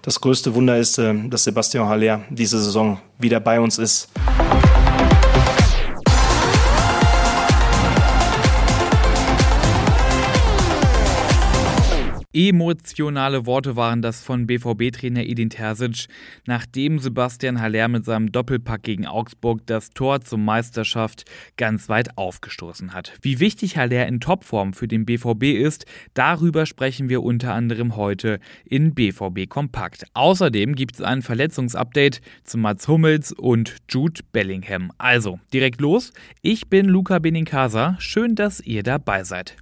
Das größte Wunder ist, dass Sebastian Haller diese Saison wieder bei uns ist. Emotionale Worte waren das von BVB-Trainer Edin Terzic, nachdem Sebastian Haller mit seinem Doppelpack gegen Augsburg das Tor zur Meisterschaft ganz weit aufgestoßen hat. Wie wichtig Haller in Topform für den BVB ist, darüber sprechen wir unter anderem heute in BVB Kompakt. Außerdem gibt es ein Verletzungsupdate zu Mats Hummels und Jude Bellingham. Also, direkt los. Ich bin Luca Benincasa. Schön, dass ihr dabei seid.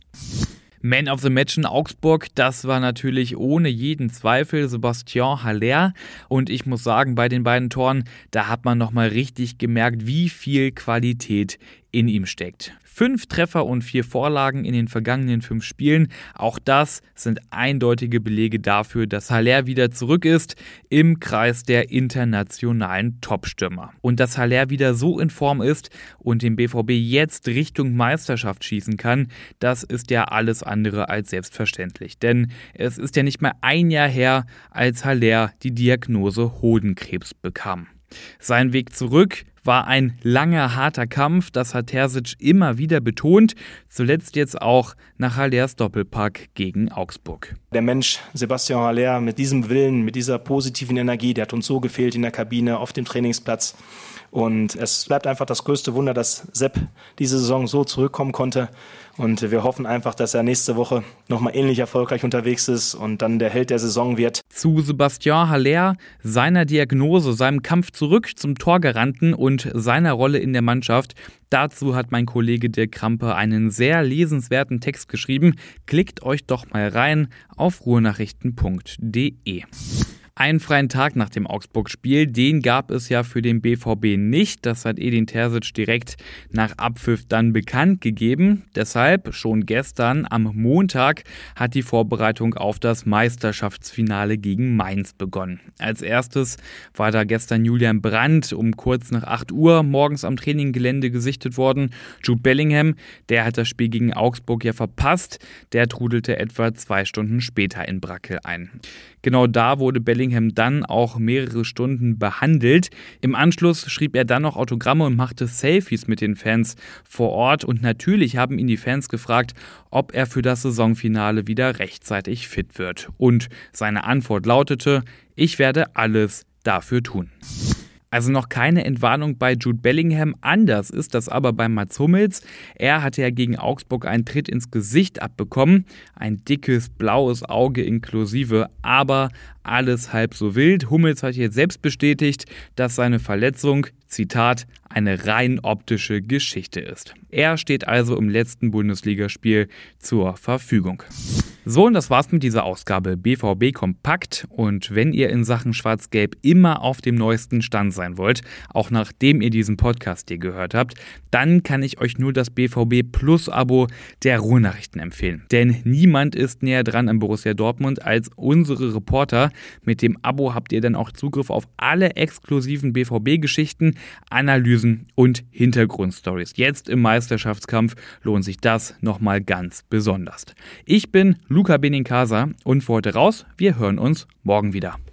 Man of the Match in Augsburg, das war natürlich ohne jeden Zweifel Sebastian Haller. Und ich muss sagen, bei den beiden Toren, da hat man nochmal richtig gemerkt, wie viel Qualität in ihm steckt. 5 Treffer und 4 Vorlagen in den vergangenen 5 Spielen. Auch das sind eindeutige Belege dafür, dass Haller wieder zurück ist im Kreis der internationalen Topstürmer. Und dass Haller wieder so in Form ist und den BVB jetzt Richtung Meisterschaft schießen kann, das ist ja alles andere als selbstverständlich. Denn es ist ja nicht mal ein Jahr her, als Haller die Diagnose Hodenkrebs bekam. Sein Weg zurück war ein langer, harter Kampf, das hat Terzic immer wieder betont, zuletzt jetzt auch nach Hallers Doppelpack gegen Augsburg. Der Mensch Sebastian Haller mit diesem Willen, mit dieser positiven Energie, der hat uns so gefehlt in der Kabine, auf dem Trainingsplatz. Und es bleibt einfach das größte Wunder, dass Sepp diese Saison so zurückkommen konnte. Und wir hoffen einfach, dass er nächste Woche nochmal ähnlich erfolgreich unterwegs ist und dann der Held der Saison wird. Zu Sebastian Haller, seiner Diagnose, seinem Kampf zurück zum Torgaranten und seiner Rolle in der Mannschaft. Dazu hat mein Kollege Dirk Krampe einen sehr lesenswerten Text geschrieben. Klickt euch doch mal rein auf ruhrnachrichten.de. Einen freien Tag nach dem Augsburg-Spiel, den gab es ja für den BVB nicht. Das hat Edin Terzic direkt nach Abpfiff dann bekannt gegeben. Deshalb schon gestern am Montag hat die Vorbereitung auf das Meisterschaftsfinale gegen Mainz begonnen. Als erstes war da gestern Julian Brandt um kurz nach 8 Uhr morgens am Traininggelände gesichtet worden. Jude Bellingham, der hat das Spiel gegen Augsburg ja verpasst. Der trudelte etwa 2 Stunden später in Brackel ein. Genau da wurde Bellingham dann auch mehrere Stunden behandelt. Im Anschluss schrieb er dann noch Autogramme und machte Selfies mit den Fans vor Ort. Und natürlich haben ihn die Fans gefragt, ob er für das Saisonfinale wieder rechtzeitig fit wird. Und seine Antwort lautete: Ich werde alles dafür tun. Also noch keine Entwarnung bei Jude Bellingham, anders ist das aber bei Mats Hummels. Er hatte ja gegen Augsburg einen Tritt ins Gesicht abbekommen, ein dickes blaues Auge inklusive, aber alles halb so wild. Hummels hat jetzt selbst bestätigt, dass seine Verletzung, Zitat, eine rein optische Geschichte ist. Er steht also im letzten Bundesligaspiel zur Verfügung. So, und das war's mit dieser Ausgabe BVB Kompakt. Und wenn ihr in Sachen Schwarz-Gelb immer auf dem neuesten Stand sein wollt, auch nachdem ihr diesen Podcast hier gehört habt, dann kann ich euch nur das BVB Plus Abo der Ruhrnachrichten empfehlen. Denn niemand ist näher dran an Borussia Dortmund als unsere Reporter. Mit dem Abo habt ihr dann auch Zugriff auf alle exklusiven BVB-Geschichten, Analysen und Hintergrundstories. Jetzt im Meisterschaftskampf lohnt sich das nochmal ganz besonders. Ich bin Luca Benincasa und für heute raus. Wir hören uns morgen wieder.